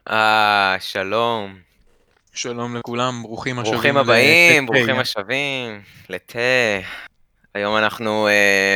שלום. שלום לכולם, ברוכים השבים ברוכים הבאים, ברוכים לתה. השבים לתה. היום אנחנו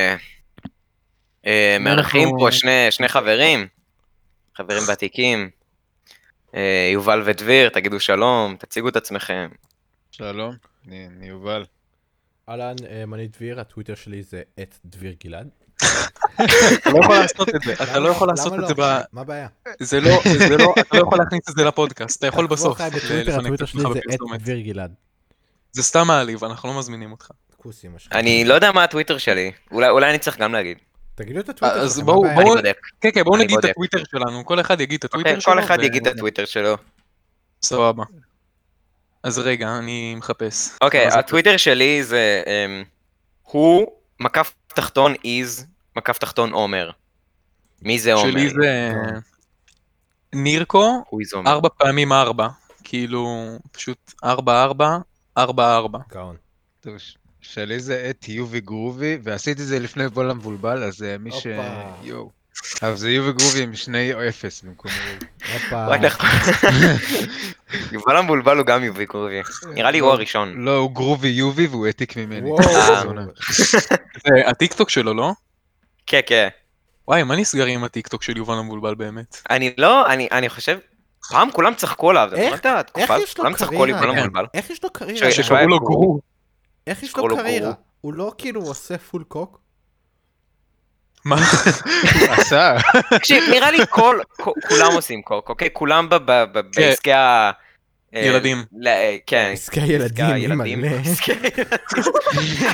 מארחים פה אנחנו... שני חברים ותיקים. יובל ודביר, תגידו שלום, תציגו את עצמכם. שלום, אני יובל. אהלן, אני דביר, הטוויטר שלי זה @דביר-גלעד. אתה לא יכול לעשות את זה, אתה לא יכול לעשות את זה מה הבעיה? זה לא, אתה לא יכול להכניס את זה לפודקאסט, אתה יכול בסוף. תעקבו אחריי בטוויטר, לפנק הטוויטר את שלי עצמך זה בפרסומת. @דביר-גלעד. זה סתם מעליב, אנחנו לא מזמינים אותך. כוס אמא שלך. אני לא יודע מה הטוויטר שלי, אולי אני צריך גם להגיד. תגידו את הטוויטר אז שלכם, בואו, מה הבעיה? אני בודק. כן, בואו אני נגיד את בודק. הטוויטר שלנו, כל אחד יגיד את הטוויטר אוקיי, שלו. כל אחד יגיד את הטוויטר שלו. סבבה. אז רגע, אני מחפש. אוקיי, אז- הטוויטר שלי זה הוא מקף תחתון איז, מקף תחתון עומר. מי זה עומר? שלי זה טוב. נירקו, הוא איז עומר. 4 פעמים 4. כאילו, פשוט 4, 4, 4, 4. גאון. טוב, שלי זה יובי גרובי, ועשיתי זה לפני וול המבולבל, אז מי ש... הופה. יואו. אבל זה יובי גרובי עם שני 0 במקום רובי. הופה. רק נכון. יובל המבולבל הוא גם יובי גרובי. נראה לי הוא הראשון. לא, הוא גרובי יובי והוא העתיק ממני. וואו. זה הטיקטוק שלו, לא? כן, כן. וואי, מה נסגרים עם הטיקטוק של יובל המבולבל באמת? אני חושב, פעם כולם צחקו עליו, איך- אתה יודע, תקופה, איך יש לו כולם צחקו על קריירה? יובל המבולבל. איך יש לו קריירה? ש- שקראו לו גרו. איך יש שקראו לו לו קריירה? גרו. הוא לא כאילו עושה פול קוק? מה? הוא עשה. תקשיב, נראה לי כולם עושים קוק, אוקיי? כולם בעסקי ה... ילדים. כן. עסקי הילדים, מלא. עסקי הילדים.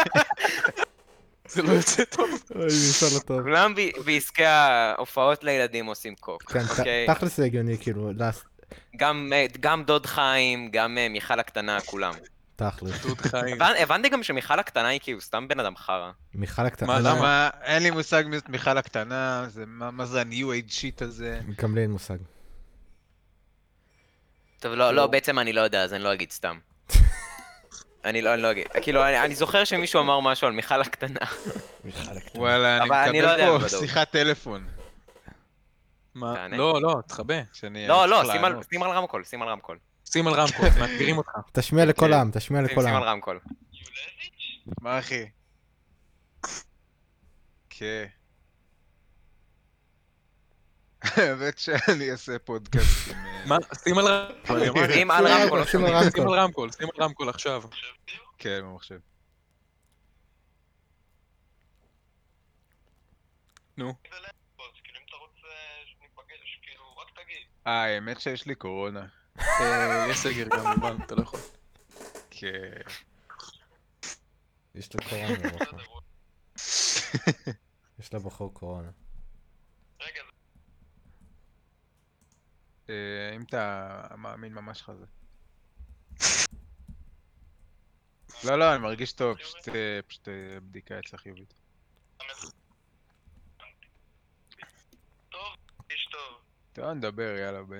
זה לא יוצא טוב. אוי, זה לא טוב. כולם בעסקי ההופעות לילדים עושים קוק, כן, אוקיי? תכלס זה הגיוני, כאילו, גם דוד חיים, גם מיכל הקטנה, כולם. תכלס. דוד חיים. הבנתי גם שמיכל הקטנה היא כאילו סתם בן אדם חרא. מיכל הקטנה. מה, למה? מה, אין לי מושג מי זאת מיכל הקטנה, מה זה ה-new age שיט הזה? גם לי אין מושג. טוב, לא, בעצם אני לא יודע, אז אני לא אגיד סתם. אני לא אגיד. כאילו, אני זוכר שמישהו אמר משהו על מיכל הקטנה. מיכל הקטנה. וואלה, אני אבל אני לא יודע מקבל פה בוודאות. שיחת טלפון. מה? תענה. לא, תחבא. שאני לא, צריך שים על לענות. רמקול, שים על רמקול. שים על רמקול, מאתגרים אותך. תשמיע לכל העם, תשמיע לכל שים על העם. רמקול. מה אחי? כן. האמת שאני אעשה פודקאסט עם... מה? שים על רמקול. אני אמרתי. שים על רמקול. שים על שים רמקול. על רמקול, שים על רמקול עכשיו. כן, במחשב. נו. האמת שיש לי קורונה. יש סגר גם, יובל, אתה לא יכול. כן. יש לו קורונה בבחור. יש לבחור קורונה. אם אתה מאמין ממש חזה. לא, אני מרגיש טוב, פשוט בדיקה יצאה חיובית. טוב, נדבר, יאללה, ביי.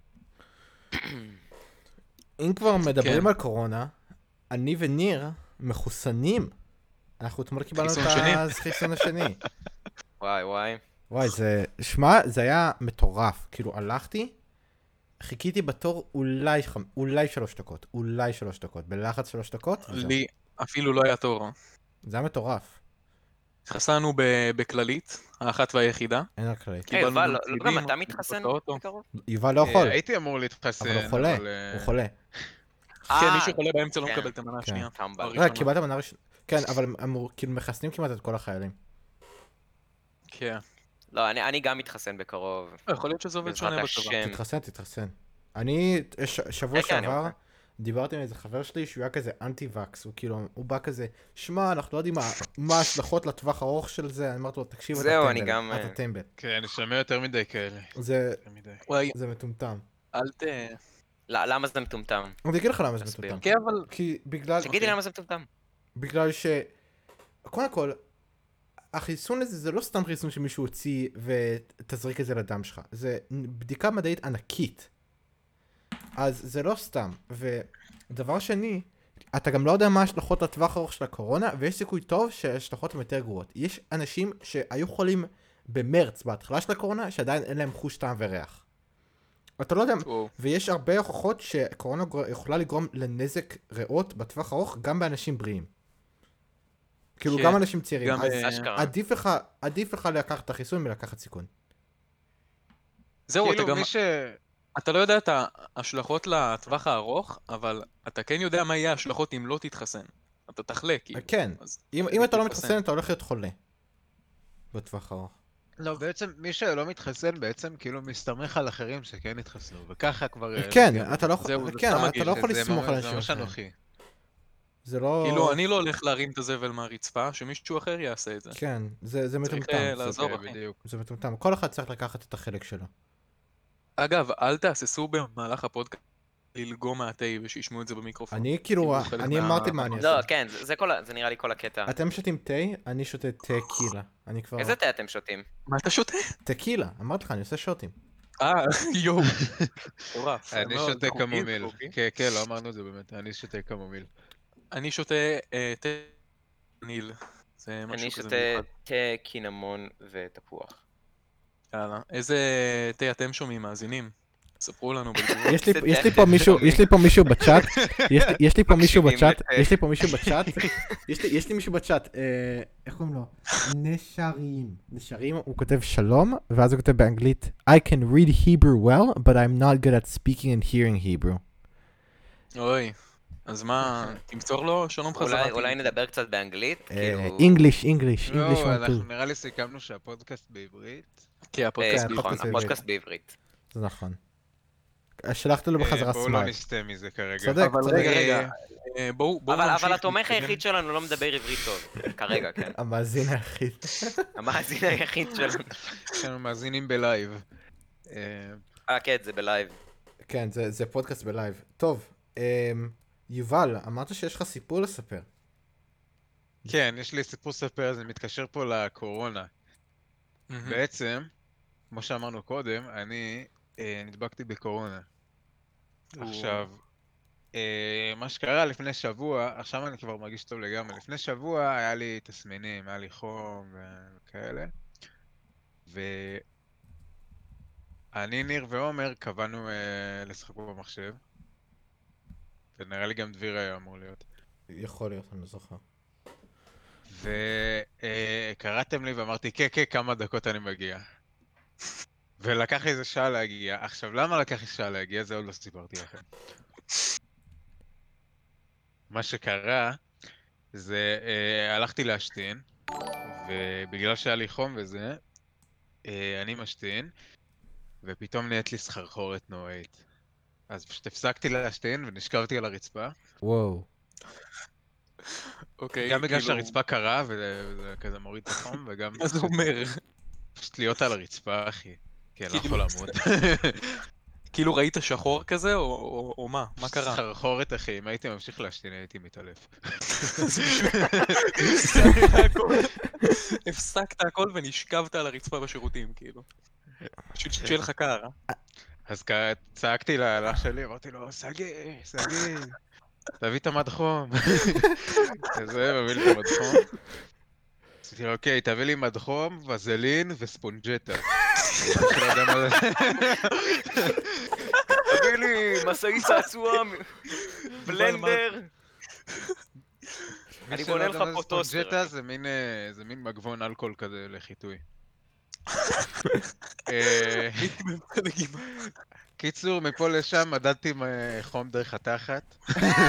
אם כבר מדברים כן. על קורונה, אני וניר מחוסנים. אנחנו אתמול קיבלנו את חיסון שני. החיסון השני. וואי. וואי, שמע, זה היה מטורף. כאילו, הלכתי, חיכיתי בתור אולי 3 דקות. אולי 3 דקות. בלחץ 3 דקות. וזהו. לי אפילו לא היה תור. זה היה מטורף. התחסנו בכללית, האחת והיחידה. אין על כללי. היי, יובל, לא צידים, גם אתה מתחסן באוטו. בקרוב? יובל לא יכול, הייתי אמור להתחסן, אבל הוא חולה. הוא חולה. כן, מי שחולה באמצע לא כן. מקבל את המנה השנייה. טמבל. הראשונה. קיבלת מנה ראשונה. כן, אבל הם כאילו מחסנים כמעט את כל החיילים. כן. לא, אני גם מתחסן בקרוב. יכול להיות שזה עובד שונה בעזרת בצבא. השם. תתחסן. אני שבוע כן, אני שעבר רוצה. דיברתי עם איזה חבר שלי שהוא היה כזה אנטי-וקס, הוא כאילו, הוא בא כזה, שמע, אנחנו לא יודעים מה ההשלכות לטווח ארוך של זה, אני אמרתי לו, תקשיב, אתה זהו, אני טמבל, גם, אתה טמבל. כן, אני שומע יותר מדי כאלה. זה יותר מדי. וואי, מטומטם. אל ת... למה זה מטומטם? אני אגיד לך למה זה תסביר. מטומטם. כן, אבל... כי תגידי למה זה מטומטם. בגלל קודם כל, החיסון הזה זה לא סתם חיסון שמישהו הוציא ותזריק את זה לדם שלך, זה בדיקה מדעית ענקית. אז זה לא סתם. ודבר שני, אתה גם לא יודע מה ההשלכות לטווח ארוך של הקורונה, ויש סיכוי טוב שההשלכות הן יותר גרועות. יש אנשים שהיו חולים במרץ, בהתחלה של הקורונה, שעדיין אין להם חוש טעם וריח. אתה לא יודע, וואו. ויש הרבה הוכחות שקורונה יכולה לגרום לנזק ריאות בטווח ארוך, גם באנשים בריאים. כאילו כן, גם אנשים צעירים. גם, אז אשכרה. עדיף לך לקחת את החיסון מלקחת סיכון. זהו, אתה כאילו, גם, מי ש... אתה לא יודע את ההשלכות לטווח הארוך, אבל אתה כן יודע מה יהיה ההשלכות אם לא תתחסן. אתה תחלה, כאילו. כן, אז אם אתה לא תתחסן. מתחסן, אתה הולך להיות חולה. בטווח ארוך. לא, בעצם מי שלא מתחסן בעצם כאילו מסתמך על אחרים שכן התחסנו, וככה כבר... כן, מגיע אתה לא זהו, יכול, זה כן, סתם אתה מגעיל, לא יכול שזה לסמוך על ממש- אנשים זה ממש אחרים. אנוכי. זה לא... כאילו, אני לא הולך להרים את הזבל מהרצפה, שמישהו אחר יעשה את זה. כן, זה צריך מטומטם. לעזור, כן, אחי. בדיוק. זה מטומטם. כל אחד צריך לקחת את החלק שלו. אגב, אל תהססו במהלך הפודקאסט ללגום מהתה ושישמעו את זה במיקרופון. אני כאילו, כאילו, חלק אני אמרתי מה אני לא, אעשה. כן, זה נראה לי כל הקטע. אתם שותים תה, אני שותה תה קילה. אני כבר... איזה תה אתם שותים? מה אתה שותה? טקילה, אמרתי לך, אני עושה שוטים. יואו. מטורף. אני מאוד, שותה חוקי, קמומיל. חוקי. כן, כן, לא אמרנו את זה באמת, אני שותה קמומיל. אני שותה תה ניל. זה אני משהו כזה שותה מיוחד. תה קינמון ותפוח. יאללה. איזה תה אתם שומעים, מאזינים? ספרו לנו בתגובות. יש לי פה מישהו בצ'אט, יש לי פה מישהו מקשיבים בצ'אט, יש לי מישהו בצ'אט, איך קוראים לו? נשרים, הוא כותב שלום, ואז הוא כותב באנגלית, I can read Hebrew well, but I'm not good at speaking and hearing Hebrew. אוי. אז מה, תמסור לו שלום חזרה. אולי נדבר קצת באנגלית? כאילו... English לא, one אנחנו too. נראה לי סיכמנו שהפודקאסט בעברית. כן, הפודקאסט כן, נכון, הפודקאסט הפודקאסט בעברית. זה נכון. שלחת לו בחזרה בואו לא סמייל. נסטה מזה כרגע. צודק, אבל צודק. רגע, בואו נמשיך. אבל התומך להתקדם. היחיד שלנו לא מדבר עברית טוב. כרגע, כן. המאזין היחיד. המאזין היחיד שלנו. יש לנו מאזינים בלייב. כן, זה בלייב. כן, זה פודקאסט בלייב. טוב, יובל, אמרת שיש לך סיפור לספר. כן, יש לי סיפור לספר, זה מתקשר פה לקורונה. מהמם. בעצם, כמו שאמרנו קודם, אני נדבקתי בקורונה. עכשיו, מה שקרה לפני שבוע, עכשיו אני כבר מרגיש טוב לגמרי. לפני שבוע היה לי תסמינים, היה לי חום וכאלה. ואני, ניר ועומר קבענו לשחק במחשב. ונראה לי גם דביר היה אמור להיות. יכול להיות, אני לא זוכר. וקראתם לי ואמרתי, כן, כן, כמה דקות אני מגיע. ולקח לי איזה שעה להגיע. עכשיו, למה לקח לי שעה להגיע? זה עוד לא סיפרתי לכם. מה שקרה, זה הלכתי להשתין, ובגלל שהיה לי חום וזה, אני משתין, ופתאום נהיית לי סחרחורת נוראית. אז פשוט הפסקתי להשתין ונשכבתי על הרצפה. וואו. אוקיי, גם בגלל כאילו, שהרצפה קרה, וזה כזה מוריד את החום, וגם מה זה אומר? פשוט להיות על הרצפה, אחי. כי אני לא כאילו- יכול לעמוד. כאילו ראית שחור כזה, או מה? מה קרה? סחרחורת, אחי. אם הייתי ממשיך להשתין, הייתי מתעלף. הפסקת הכל ונשכבת על הרצפה בשירותים, כאילו. פשוט שיהיה לך קר, אה? אז צעקתי לאח שלי, אמרתי לו, סגי, תביא את המדחום. כזה, מביא לי את המדחום. עשיתי לו, אוקיי, תביא לי מדחום, וזלין וספונג'טה. אני לא יודע מה זה. תביא לי משאית צעצוע, בלנדר. מי אני שלא בונה יודע לך מה פה זה טוסטר. ספונג'טה זה מין מגבון אלכוהול כזה לחיטוי. הייתי בנגימה. קיצור, מפה לשם מדדתי חום דרך התחת.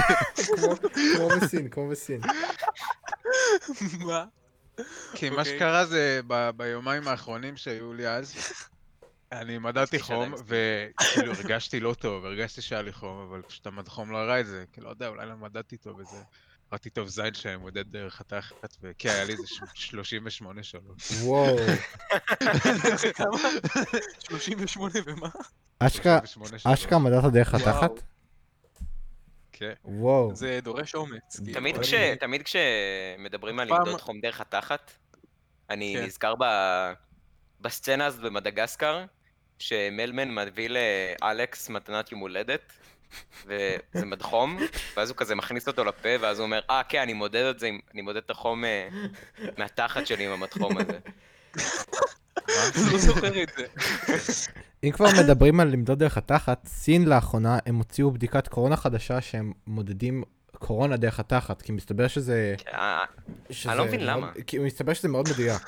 כמו בסין. מה? כי מה אוקיי. שקרה זה ביומיים האחרונים שהיו לי אז, אני מדדתי חום, וכאילו הרגשתי לא טוב, הרגשתי שהיה לי חום, אבל פשוט המדחום לא הראה את זה, כי לא יודע, אולי לא מדדתי טוב את זה. ראיתי טוב זין שאני מודד דרך התחת, וכי היה לי איזה 38.3. וואו. כמה? 38 ומה? אשכרה מדעת דרך וואו. התחת? כן. וואו. זה דורש אומץ. כאילו. תמיד כשמדברים על פעם- למדוד חום דרך התחת, אני כן. נזכר בסצנה הזאת במדגסקר, שמלמן מביא לאלכס מתנת יום הולדת, וזה מדחום, ואז הוא כזה מכניס אותו לפה, ואז הוא אומר, כן, אני מודד את זה, אני מודד את החום מהתחת שלי עם המדחום הזה. לא זוכר את זה. אם כבר מדברים על למדוד דרך התחת, סין לאחרונה הם הוציאו בדיקת קורונה חדשה שהם מודדים קורונה דרך התחת, כי מסתבר שזה... אני לא מבין למה. כי מסתבר שזה מאוד מדויק.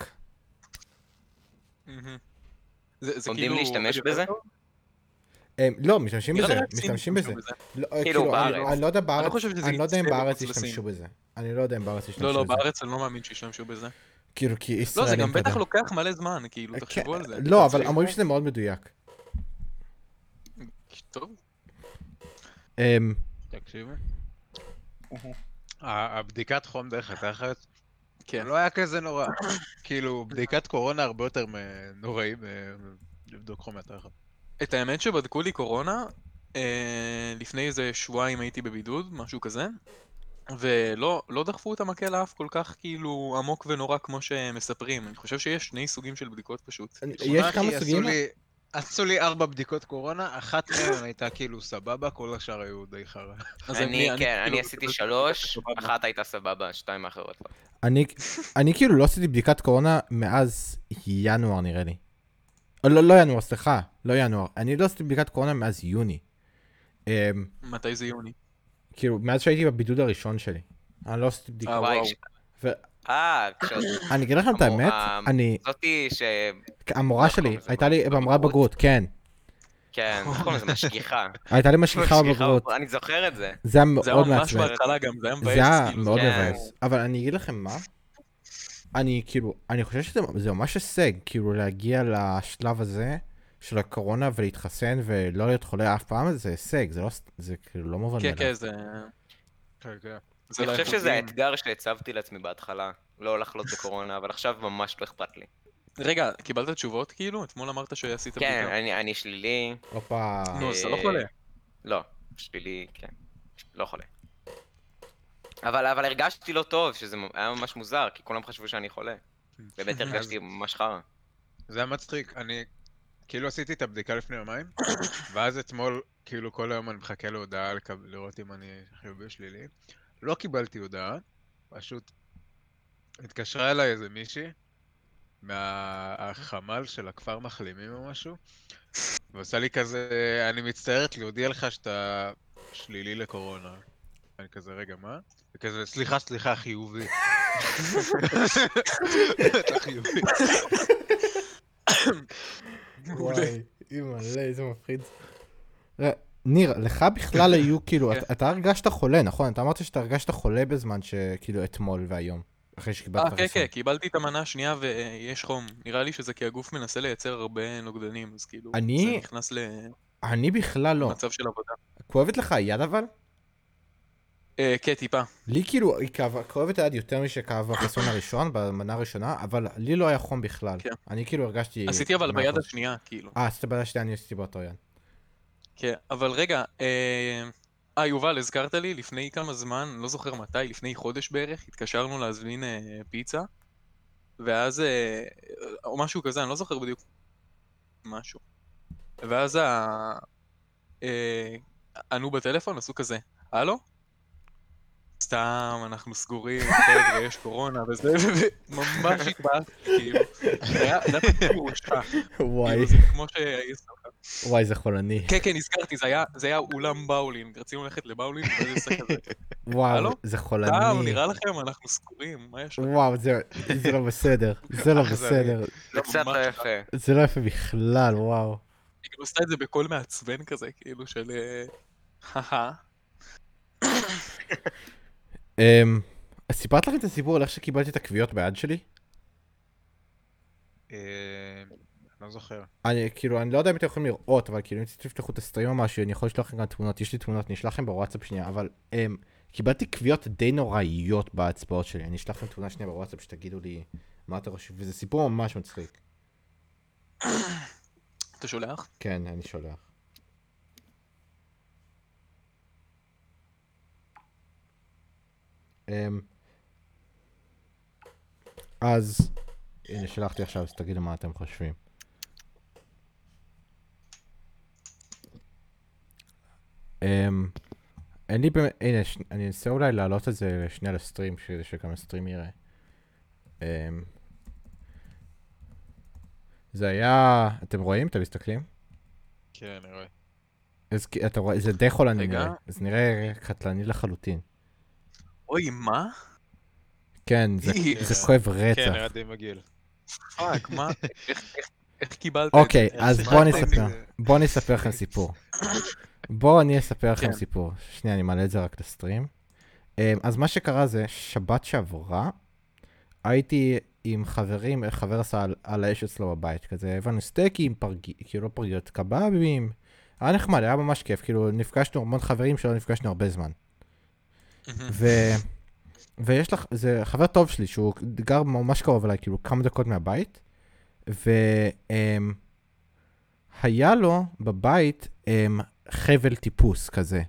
מהמם. זה עומדים כאילו להשתמש עובד בזה? יותר טוב? לא, משתמשים נראה לי בזה, רק סין משתמשים בזה. משתמשו לא, כאילו, כאילו, בארץ. אני לא יודע אני בארץ, לא חושב שזה אני לא יודע אם יצא בארץ מחוץ לסין. ישתמשו בזה. אני לא יודע אם בארץ ישתמשו לא, בזה. לא, בארץ אני לא מאמין שישתמשו בזה. כאילו, כי לא, זה ישראלים, גם אתה יודע. בטח לוקח מלא זמן, כאילו, כן, תחשבו על זה. לא, אתה אבל צריך- אומרים שזה מאוד מדויק. טוב. תקשיבו. הבדיקת חום דרך התחת, כן. לא היה כזה נורא. כאילו, בדיקת קורונה הרבה יותר נוראי לבדוק חום מהתחת. את האמת שבדקו לי קורונה, לפני איזה שבועיים הייתי בבידוד, משהו כזה, ולא דחפו את המקל לאף כל כך כאילו עמוק ונורא כמו שמספרים. אני חושב שיש שני סוגים של בדיקות פשוט. יש כמה אחי, סוגים? עשו לי 4 בדיקות קורונה, אחת מהן הייתה כאילו סבבה, כל השאר היו די חרא. אז כן, כאילו אני עשיתי קיבלתי 3, סבבה. אחת הייתה סבבה, 2 האחרות לא. אני כאילו לא עשיתי בדיקת קורונה מאז ינואר נראה לי. לא ינואר, סליחה, לא ינואר. אני לא עשיתי בדיקת קורונה מאז יוני. מתי זה יוני? כאילו, מאז שהייתי בבידוד הראשון שלי. אני לא עשיתי בדיקה. וואו. אני אגיד לכם את האמת, זאתי ש... המורה שלי, הייתה לי במורה בגרות, כן. כן, איך קוראים לזה? משגיחה. הייתה לי משגיחה בבגרות. אני זוכר את זה. זה היה זה היה מאוד ממש מעצבן. בהתחלה גם, זה היה מבאס. זה היה כאילו, מאוד כן. מבאס. אבל אני אגיד לכם מה, אני חושב שזה ממש הישג, כאילו להגיע לשלב הזה של הקורונה ולהתחסן ולא להיות חולה אף פעם, זה הישג, זה כאילו לא מובן כן, מאליו. כן, זה כן. אני לא חושב שזה איכותיים. האתגר שהצבתי לעצמי בהתחלה. לא לחלות בקורונה, אבל עכשיו ממש לא אכפת לי. רגע, קיבלת תשובות כאילו? אתמול אמרת שעשית כן, בדיקה. אני שלילי. הופה. נו, אז אתה לא חולה. לא, שלילי, כן. לא חולה. אבל הרגשתי לא טוב, שזה היה ממש מוזר, כי כולם חשבו שאני חולה. באמת הרגשתי ממש חרא. זה היה מצחיק, אני כאילו עשיתי את הבדיקה לפני יומיים, ואז אתמול, כאילו כל היום אני מחכה להודעה לראות אם אני חיובי או שלילי. לא קיבלתי הודעה, פשוט התקשרה אליי איזה מישהי מהחמ"ל של הכפר מחלימים או משהו, ועושה לי כזה, אני מצטערת להודיע לך שאתה שלילי לקורונה. אני כזה, רגע, מה? וכזה, סליחה, חיובי. אתה חיובי. וואי, אימא'לה, איזה מפחיד. ניר, לך בכלל היו, כאילו, אתה הרגשת חולה, נכון? אתה אמרת שאתה הרגשת חולה בזמן שכאילו אתמול והיום, אחרי שקיבלת את כן, החיסון. כן, קיבלתי את המנה השנייה ויש חום. נראה לי שזה כי הגוף מנסה לייצר הרבה נוגדנים, אז כאילו, זה נכנס אני בכלל לא. למצב של עבודה. כואבת לך היד אבל? כן, טיפה. לי כאילו, היא כואבת היד יותר משכאב בחיסון הראשון, במנה הראשונה, אבל לי לא היה חום בכלל. כן. אני כאילו הרגשתי... עשיתי אבל ביד 100%. השנייה, כאילו. עשית ביד השנייה, אני עשיתי באותו יד. כן, אבל רגע, יובל, הזכרת לי לפני כמה זמן, לא זוכר מתי, לפני חודש בערך, התקשרנו להזמין פיצה, ואז, או משהו כזה, אני לא זוכר בדיוק משהו. ואז ענו בטלפון, עשו כזה, הלו? סתם, אנחנו סגורים, חבר'ה, יש קורונה וזה, וממש התבאסתי, כאילו. זה היה פשוט מרושע. וואי, כאילו, זה כמו שהייתי וואי, זה חולני. כן, כן, נזכרתי, זה היה אולם באולינג, רצינו ללכת לבאולינג, ואז עושה כזה. וואו, הלו? זה סתם, חולני. נראה לכם, אנחנו סגורים, מה יש לכם? וואו, זה לא בסדר. זה לא בסדר. זה קצת לא יפה. זה לא יפה בכלל, וואו. היא גם עשתה את זה בקול מעצבן כזה, כאילו של... הא. אז סיפרת לכם את הסיפור על איך שקיבלתי את הכוויות ביד שלי? לא זוכר. אני לא יודע אם אתם יכולים לראות, אבל כאילו אם תפתחו את הסטרים או משהו, אני יכול לשלוח לכם גם תמונות, יש לי תמונות, אני אשלח לכם בוואטסאפ שנייה, אבל קיבלתי כוויות די נוראיות באצבעות שלי, אני אשלח לכם תמונה שנייה בוואטסאפ שתגידו לי מה אתם חושבים, וזה סיפור ממש מצחיק. אתה שולח? כן, אני שולח. אז, הנה שלחתי עכשיו, אז תגידו מה אתם חושבים. אין לי באמת, הנה, אני אנסה אולי להעלות את זה שנייה לסטרים, כדי שגם הסטרים יראה. זה היה, אתם רואים? אתם מסתכלים? כן, אני רואה. אתה רואה, זה די חולני רגע. נראה. זה נראה קטלני לחלוטין. אוי, מה? כן, איקס. זה כואב כן, רצח. נראה די מגעיל. פאק, מה? איך קיבלת את זה? אוקיי, אז שיחקת בואו עם נספר. זה. בואו אני אספר לכם סיפור. בואו אני אספר לכם כן. סיפור. שנייה, אני מעלה את זה רק לסטרים. אז מה שקרה זה, שבת שעברה, הייתי עם חברים, חבר עשה על האש אצלו בבית, כזה, הבנו סטייקים, כאילו לא פרגיות, קבבים. היה נחמד, היה ממש כיף, כאילו נפגשנו המון חברים שלא נפגשנו הרבה זמן. ויש לך, זה חבר טוב שלי, שהוא גר ממש קרוב אליי, כאילו כמה דקות מהבית, והיה לו בבית חבל טיפוס כזה.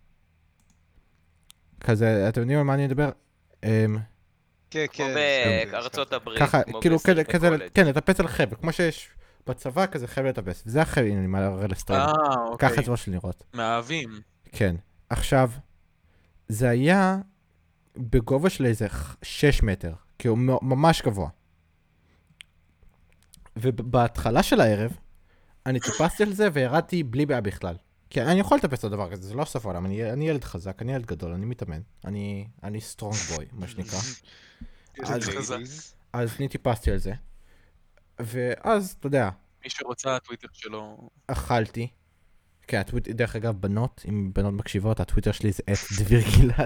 כזה, אתם יודעים על מה אני מדבר? כן, כמו כן. בארצות הברית, ככה, כמו כאילו בסרטי כזה, קולג'. כן, לטפס על חבל, כמו שיש בצבא כזה חבל לטפס, וזה החבל, הנה אני מעלה לסטרים. אוקיי. ככה זה שלי לראות. מאהבים. כן. עכשיו, זה היה בגובה של איזה 6 מטר, כאילו ממש גבוה. ובהתחלה של הערב, אני טיפסתי על זה וירדתי בלי בעיה בכלל. כי אני יכול לטפס על דבר כזה, זה לא סוף העולם, אני ילד חזק, אני ילד גדול, אני מתאמן. אני סטרונג בוי, מה שנקרא. אז אני טיפסתי על זה. ואז, אתה יודע, מי שרוצה, הטוויטר שלו... אכלתי. כן, דרך אגב, בנות, אם בנות מקשיבות, הטוויטר שלי זה @דביר-גלעד.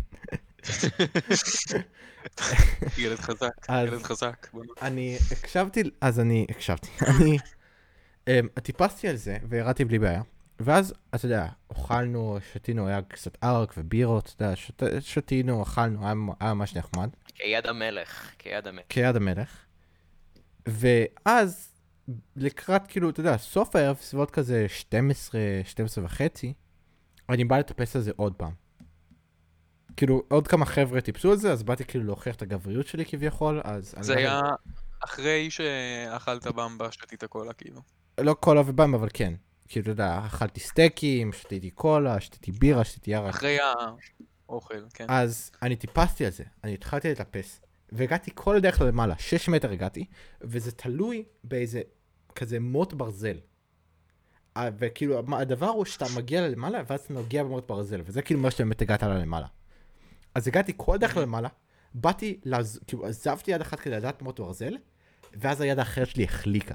ילד חזק, אז- ילד חזק. אני הקשבתי, אני טיפסתי על זה וירדתי בלי בעיה. ואז, אתה יודע, אוכלנו, שתינו, היה קצת ארק ובירות, אתה יודע, שתינו, אכלנו, היה ממש נחמד. כיד המלך, כיד המלך. כיד המלך. ואז, לקראת, כאילו, אתה יודע, סוף הערב, סביבות כזה 12 וחצי, אני בא לטפס על זה עוד פעם. כאילו, עוד כמה חבר'ה טיפסו על זה, אז באתי כאילו להוכיח את הגבריות שלי כביכול, אז... זה היה אחרי שאכלת במבה, שתית קולה, כאילו. לא קולה ובמבה, אבל כן. כאילו, אתה יודע, אכלתי סטייקים, שתיתי קולה, שתיתי בירה, שתיתי ירק. אחרי האוכל, כן. אז אני טיפסתי על זה, אני התחלתי לטפס, והגעתי כל הדרך למעלה, 6 מטר הגעתי, וזה תלוי באיזה כזה מוט ברזל. וכאילו, הדבר הוא שאתה מגיע למעלה, ואז אתה נוגע במוט ברזל, וזה כאילו מה שבאמת הגעת למעלה. אז הגעתי כל הדרך למעלה, באתי, כאילו, עזבתי יד אחת כדי לדעת מוט ברזל, ואז היד האחרת שלי החליקה.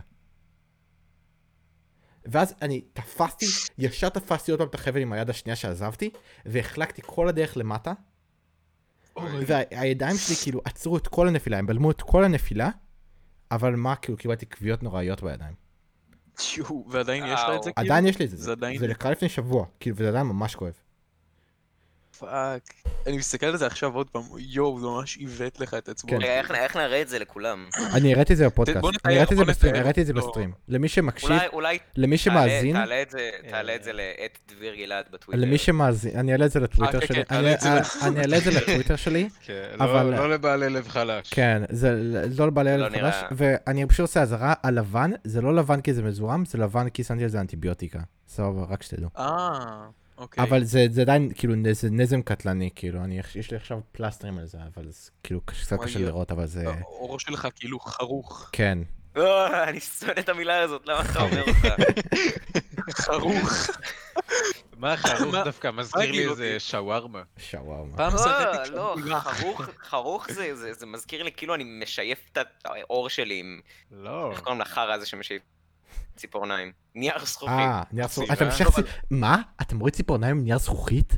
ואז אני ישר תפסתי עוד פעם את החבל עם היד השנייה שעזבתי, והחלקתי כל הדרך למטה, והידיים שלי כאילו עצרו את כל הנפילה, הם בלמו את כל הנפילה, אבל מה, כאילו קיבלתי כוויות נוראיות בידיים. ועדיין יש לך את זה, כאילו? עדיין יש לי את זה, זה עדיין... זה לקרה לפני שבוע, כאילו, וזה עדיין ממש כואב. פאק. אני מסתכל על זה עכשיו עוד פעם, יואו, זה ממש עיוות לך את עצמו. כן. איך נראה את זה לכולם? אני הראיתי את זה בפודקאסט, בוא נתאר, אני הראיתי את זה בוא בסטרים, נתאר. הראיתי את זה לא. בסטרים. למי שמקשיב, אולי למי שמאזין, תעלה את זה דביר גלעד בטוויטר. למי שמאזין, אני אעלה את זה לטוויטר כן, שלי, כן, תעלה את זה. אני אעלה את זה לטוויטר שלי, כן, אבל- לא לבעלי לב חלש. כן, זה לא לבעלי לא ילד נראה. חדש, ואני פשוט עושה אזהרה, הלבן, זה לא לבן כי זה מזוהם, זה לבן כי שמתי על זה אנטיביוטיקה. סבבה, רק שתדעו. אוקיי. אבל זה עדיין, כאילו, זה נזם קטלני, כאילו, יש לי עכשיו פלסטרים על זה, אבל זה כאילו קצת וואי, קשה לראות, אבל זה... האור שלך כאילו חרוך. כן. אני שונא את המילה הזאת, למה אתה אומר אותה? חרוך. מה חרוך מה- דווקא? מזכיר לי הגיל איזה אותי? שווארמה. שווארמה. פעם סרטטתי לא, קצת מולך. חרוך זה מזכיר לי כאילו אני משייף את העור שלי עם... לא. איך קוראים לחרא הזה שמשייף ציפורניים? נייר זכוכית. נייר זכוכית. צירה? אתה משך... מה? אתה מוריד ציפורניים עם נייר זכוכית?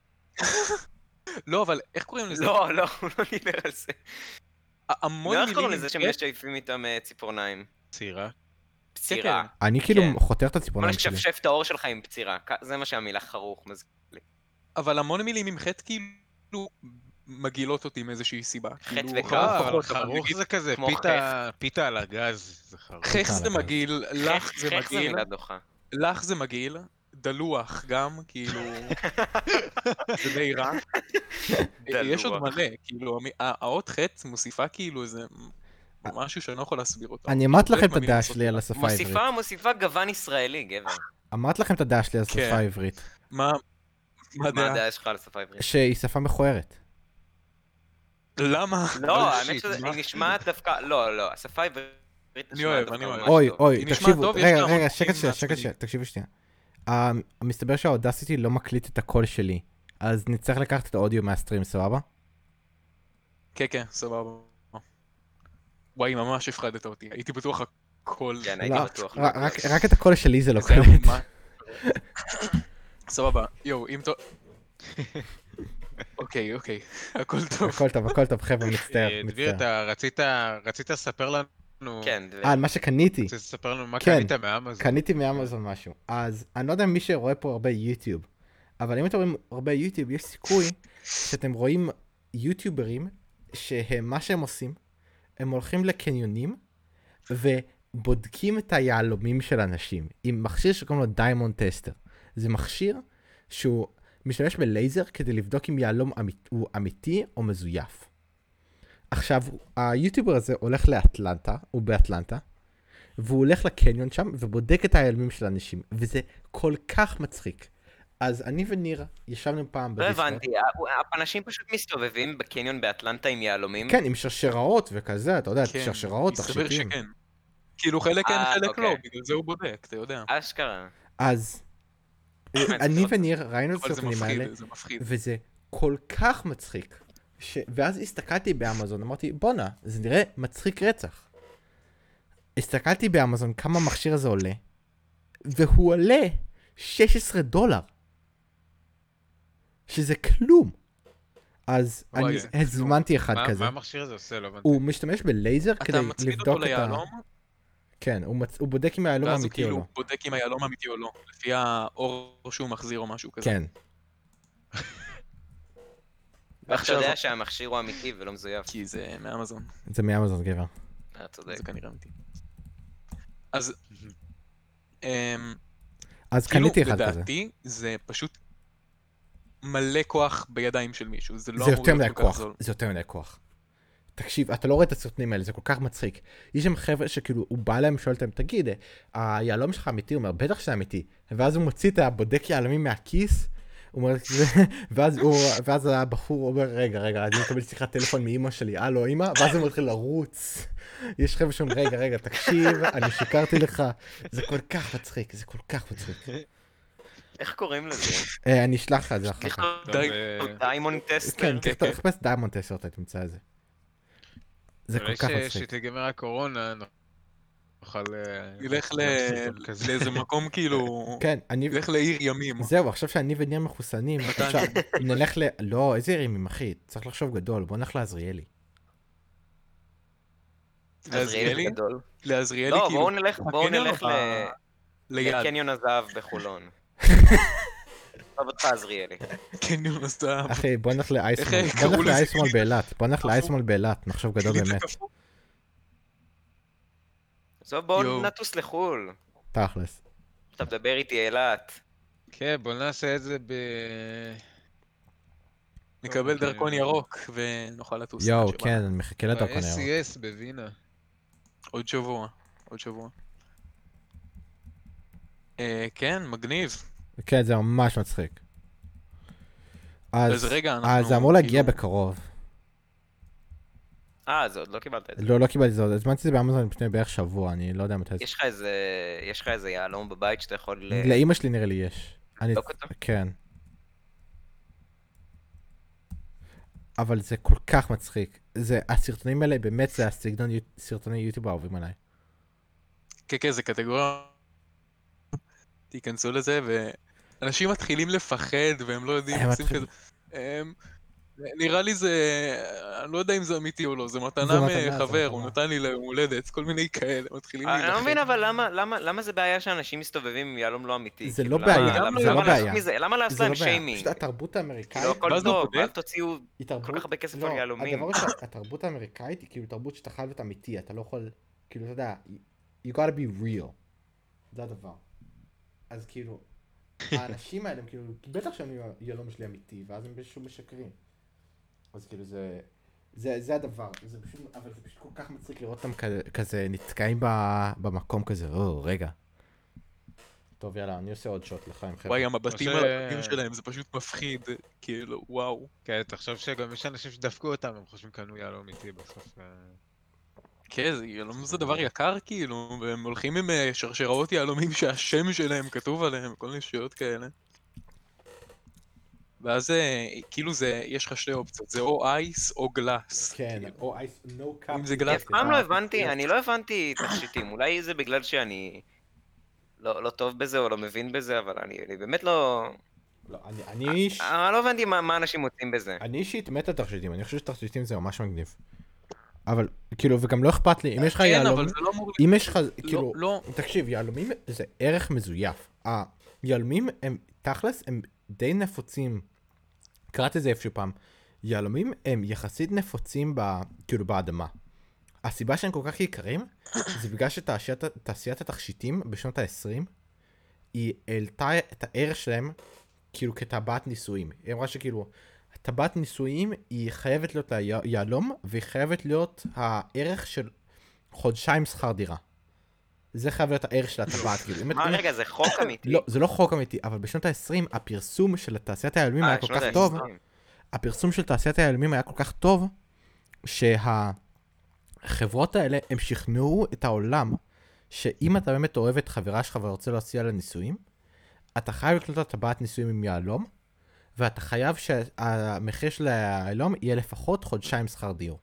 לא, אבל איך קוראים לזה? לא, הוא לא דיבר על זה. המון לא מילים... איך קוראים לזה עם שמשייפים איתם ציפורניים? צירה. פצירה. אני כאילו כן. חותר את בוא הציפורניים שלי. נשפשף את העור שלך עם פצירה. זה מה שהמילה חרוך מזכיר לי. אבל המון מילים עם חטא כאילו מגעילות אותי מאיזושהי סיבה. חטא כאילו, וכף. חרוך אבל פחות, אבל חרוך נגיד, זה כזה כמו פיתה על הגז. זה חרוך. חך זה חרוך. מגעיל, לך זה חך זה מגעיל, מילה דוחה. לך זה מגעיל, דלוח גם, כאילו, זה די רע. יש עוד דלוח. מלא, כאילו, האות חטא מוסיפה כאילו איזה משהו שאני לא יכול להסביר אותו. אני אמרתי כאילו, לכם את חלק מהמילים הדעה עושות שלי על לי השפה העברית. מוסיפה גוון ישראלי, גבר. אמרתי לכם את הדעה שלי על כן. השפה העברית. מה מה הדעה? הדעה שלך על השפה העברית? שהיא שפה מכוערת. למה? לא, שיט, האמת מה? שהיא נשמעת דווקא... לא, השפה העברית אני אוהב, אני אוהב. אוי, היא נשמעת תקשיבו, טוב, יש רגע, לה המון רגע, חוקים שקט, מעצבנים. תקשיבו שנייה. מסתבר שהאודסיטי לא מקליט את הקול שלי, אז נצטרך לקחת את האודיו מהסטרים, סבבה? כן, כן, סבבה. וואי, ממש הפחדת אותי, הייתי בטוח הכל. כן, הייתי לא, בטוח. רק את הקול שלי זה לא זה היה קולט. ממש- סבבה, יואו, אם טוב... אוקיי, הכל טוב. הכל טוב, חבר'ה, מצטער, דביר, מצטער. אתה רצית לספר לנו... כן, על מה שקניתי. רצית לספר לנו מה כן. קנית מאמזון. קניתי מאמזון משהו. אז אני לא יודע מי שרואה פה הרבה יוטיוב, אבל אם אתם רואים הרבה יוטיוב, יש סיכוי שאתם רואים יוטיוברים שמה שהם עושים, הם הולכים לקניונים ובודקים את היהלומים של אנשים עם מכשיר שקוראים לו דיימונד טסטר. זה מכשיר שהוא משתמש בלייזר כדי לבדוק אם יהלום הוא אמיתי או מזויף. עכשיו, היוטיובר הזה הולך לאטלנטה, הוא באטלנטה, והוא הולך לקניון שם ובודק את היהלומים של אנשים, וזה כל כך מצחיק. אז אני וניר ישבנו פעם לא בדיסקורד. הבנתי, אנשים פשוט מסתובבים בקניון באטלנטה עם יהלומים. כן, עם שרשראות וכזה, אתה יודע, כן, שרשראות, מסתבר תכשיטים. שכן. כאילו חלק כן, חלק לא, אוקיי. בגלל זה הוא בודק, אתה יודע. אשכרה. אז מעניין, אני סבבה. וניר ראינו את אבל זה הסרטונים האלה, מפחיד, זה מפחיד. וזה וזה כל כך מצחיק. ואז הסתכלתי באמזון, אמרתי, בונה, זה נראה מצחיק רצח. הסתכלתי באמזון כמה המכשיר הזה עולה, והוא עולה $16. שזה כלום. אז וואי, אני זה כלום. הזמנתי אחד כזה. מה המכשיר הזה עושה? לא הבנתי. הוא משתמש בלייזר כדי אתה מצמיד לבדוק אותו את ה... ליהלום, כן, הוא בודק אם היהלום ואז הוא אמיתי או כאילו לא. בודק אם היהלום אמיתי או לא, לפי האור שהוא מחזיר או משהו כזה. כן. ואיך אתה עכשיו- יודע שהמכשיר הוא אמיתי ולא מזויף? כי זה מאמזון, זה מאמזון גבר. צודק. זה כנראה אמיתי. אז אז כאילו, קניתי אחד כזה. לדעתי, זה פשוט מלא כוח בידיים של מישהו, זה לא זה אמור יותר מדי להיות כל כך כוח. זול. זה יותר מדי כוח. תקשיב, אתה לא רואה את הסרטונים האלה, זה כל כך מצחיק. יש שם חבר'ה שכאילו, הוא בא להם ושואל אותם, תגיד, היהלום שלך אמיתי? הוא אומר, בטח שזה אמיתי. ואז הוא מוציא את הבודק יהלומים מהכיס, הוא אומר, ואז הבחור אומר, רגע, אני מקבל שיחת טלפון מאמא שלי, הלו אמא, ואז הוא מתחיל לרוץ. יש חבר'ה שאומרים, רגע, תקשיב, אני שיקרתי לך. זה כל כך מצחיק, זה כל כך מצחיק. איך קוראים לזה? אני אשלח לך את זה אחר כך. לכתוב די. דיימונד טסטר? כן, כן, כן. תחפש דיימונד טסטר, אתה תמצא את זה. זה כל כך מצחיק. שתיגמר הקורונה, נוכל... ילך סרטון כזה. לאיזה מקום כאילו, כן, אני... ילך לעיר ימים. זהו, עכשיו שאני וניר מחוסנים, עכשיו נלך לא, איזה ירימים, אחי? צריך לחשוב גדול, בוא נלך לעזריאלי. לעזריאלי? גדול. לעזריאלי לא, כאילו, בואו נלך ליד, לקניון הזהב בחולון. טוב אותך עזריאלי. קניון הזהב. אחי, בוא נלך לאייסמול, איך בוא קראו נלך לזה? לאייסמול באילת, בוא נלך קפוא? לאייסמול באילת, נחשוב גדול קליפ באמת, לקפוא. טוב, בואו יואו. נטוס לחו"ל. תכלס. אתה מדבר איתי אילת. כן, בוא נעשה את זה נקבל אוקיי. דרכון ירוק ונוכל לטוס. יואו, לאן שבא. כן, אני מחכה לדרכון הירוק. ב-SES בווינה. עוד שבוע. כן, מגניב. כן, זה ממש מצחיק. אז רגע, אנחנו... זה אמור להגיע כאילו- בקרוב. זה עוד לא קיבלת את זה. לא קיבלתי זה עוד, הזמנתי את זה באמזון לפני בערך שבוע, אני לא יודע מתי זה. יש לך איזה יהלום בבית שאתה יכול... לאמא שלי נראה לי יש. לבדוק אותו? כן. אבל זה כל כך מצחיק. הסרטונים האלה באמת זה הסגנון סרטוני יוטיוב האהובים עליי. כן, זה קטגוריה. תיכנסו לזה, ואנשים מתחילים לפחד, והם לא יודעים, הם עושים מתחילים- כזה... נראה לי זה... אני לא יודע אם זה אמיתי או לא, זה מתנה זה מתנה, מחבר, זה הוא מתנה. נתן לי ליום הולדת, כל מיני כאלה, מתחילים אני לא להילחם. מבין אבל למה זה בעיה שאנשים מסתובבים עם יהלום לא אמיתי? זה כאילו, לא בעיה, למה- זה לא למה בעיה. לעשות מזה- למה לעשות זה להם לא בעיה. שיימינג? פשוט התרבות האמריקאית, כאילו הכל ואז הוא טוב, בודק? אל תוציאו היא תרבות... כל כך הרבה כסף לא, על יהלומים. הדבר שהתרבות האמריקאית היא כאילו תרבות שאתה חייב להיות אמיתי, אתה לא יכול, כאילו, אתה יודע, you gotta be real. זה הדבר. אז כאילו, האנשים האלה הם כאילו, בטח שהיהלום שלי אמיתי, ואז הם פשוט משקרים. אז כאילו זה הדבר, אבל זה פשוט כל כך מצחיק לראות אותם כזה נתקעים במקום כזה, רגע. טוב, יאללה, אני עושה עוד שוט לחיים חבר'ה. וואי, המבטים או על הפנים שלהם, זה פשוט מפחיד, כאילו, וואו. כן, תחשוב שגם יש אנשים שדפקו אותם, הם חושבים קנו יהלום איתי בסוף. כן, יהלום זה דבר יקר כאילו, והם הולכים עם שרשראות יהלומים שהשם שלהם כתוב עליהם, כל מיני שטויות כאלה. ואז כאילו יש לך שתי אופציות, זה או אייס או גלאס. כן, כאילו. או אייס, נו קאפ. אם זה אף גלאס, פעם לא הבנתי, אני לא הבנתי תכשיטים, אולי זה בגלל שאני לא טוב בזה או לא מבין בזה, אבל אני באמת לא... לא, אני לא הבנתי מה אנשים מוצאים בזה. אני אישית מת על תכשיטים, אני חושב שתכשיטים זה ממש מגניב. אבל, כאילו, וגם לא אכפת לי, אם יש לך כן, יהלום, אבל זה לא אמור... אם יש לך, כאילו, לא. תקשיב, יהלומים זה ערך מזויף. היהלומים הם, תכלס, הם די נפוצים. קראתי את זה איפשהו פעם. יהלומים הם יחסית נפוצים, כאילו, באדמה. הסיבה שהם כל כך יקרים, זה בגלל שתעשיית התכשיטים בשנות ה-20, היא העלתה את הערך שלהם, כאילו, כטבעת ניסויים. היא אמרה שכאילו, טבעת ניסויים היא חייבת להיות ליהלום, והיא חייבת להיות הערך של חודשיים שכר דירה. זה חייב להיות הערך של הטבעת, כאילו. רגע, זה חוק אמיתי? לא, זה לא חוק אמיתי, אבל בשנות ה-20 הפרסום של תעשיית היהלומים היה כל כך טוב, הפרסום של תעשיית היהלומים היה כל כך טוב, שהחברות האלה, הם שכנעו את העולם, שאם אתה באמת אוהב את חברה שלך ורוצה להציע לה ניסויים, אתה חייב לקנות את הטבעת ניסויים עם יהלום, ואתה חייב שהמחיר של היהלום יהיה לפחות חודשיים שכר דיור.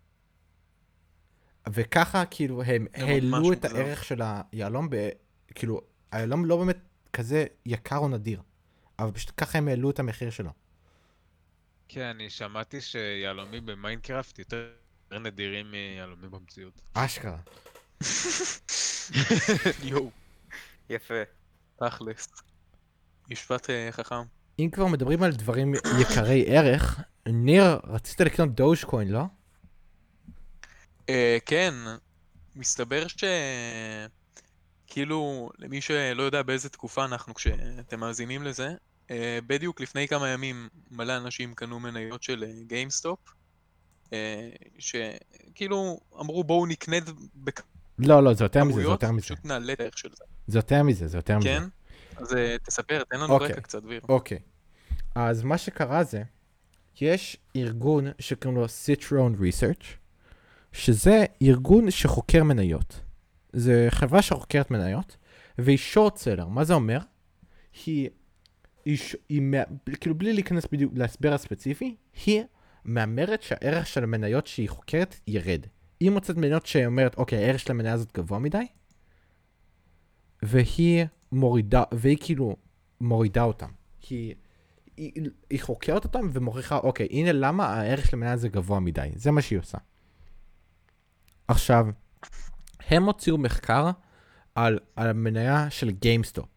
וככה, כאילו, הם העלו את הערך של היהלום, כאילו, היהלום לא באמת כזה יקר או נדיר, אבל פשוט ככה הם העלו את המחיר שלו. כן, אני שמעתי שיהלומים במיינקראפט יותר נדירים מיהלומים במציאות. אשכרה. יואו, יפה. תכלס. משפט חכם. אם כבר מדברים על דברים יקרי ערך, ניר, רצית לקנות דוג'קוין, לא? כן, מסתבר כאילו, למי שלא יודע באיזה תקופה אנחנו כשאתם מאזינים לזה, בדיוק לפני כמה ימים מלא אנשים קנו מניות של גיימסטופ, שכאילו אמרו בואו נקנה לא, זה יותר מזה, זה יותר מזה. פשוט נעלה את הערך של זה. זה יותר מזה, זה יותר מזה. כן? אז תספר, תן לנו רקע קצת, דביר. אוקיי. אז מה שקרה זה, יש ארגון שקוראים לו Citron Research, שזה ארגון שחוקר מניות. זה חברה שחוקרת מניות, והיא שורט סלר. מה זה אומר? היא כאילו בלי להיכנס בדיוק להסבר הספציפי, היא מאמרת שהערך של המניות שהיא חוקרת ירד. היא מוצאת מניות שאומרת, אוקיי, הערך של המניה הזאת גבוה מדי, והיא כאילו מורידה אותם. היא חוקרת אותם ומוכיחה, אוקיי, הנה למה הערך של המניה הזה גבוה מדי. זה מה שהיא עושה. עכשיו, הם הוציאו מחקר על המניה של גיימסטופ.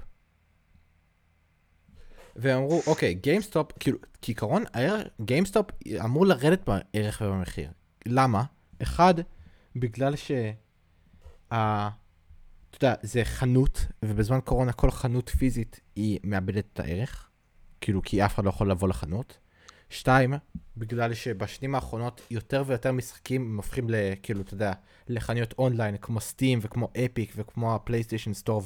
והם אמרו, אוקיי, גיימסטופ, כאילו, כעיקרון, גיימסטופ אמור לרדת בערך ובמחיר. למה? אחד, בגלל אתה יודע, זה חנות, ובזמן קורונה כל חנות פיזית היא מאבדת את הערך, כאילו, כי אף אחד לא יכול לבוא לחנות. 2, בגלל שבשנים האחרונות יותר ויותר משחקים מופכים כאילו, אתה יודע, לחנויות אונליין, כמו סטים וכמו אפיק וכמו הפלייסטיישן סטור,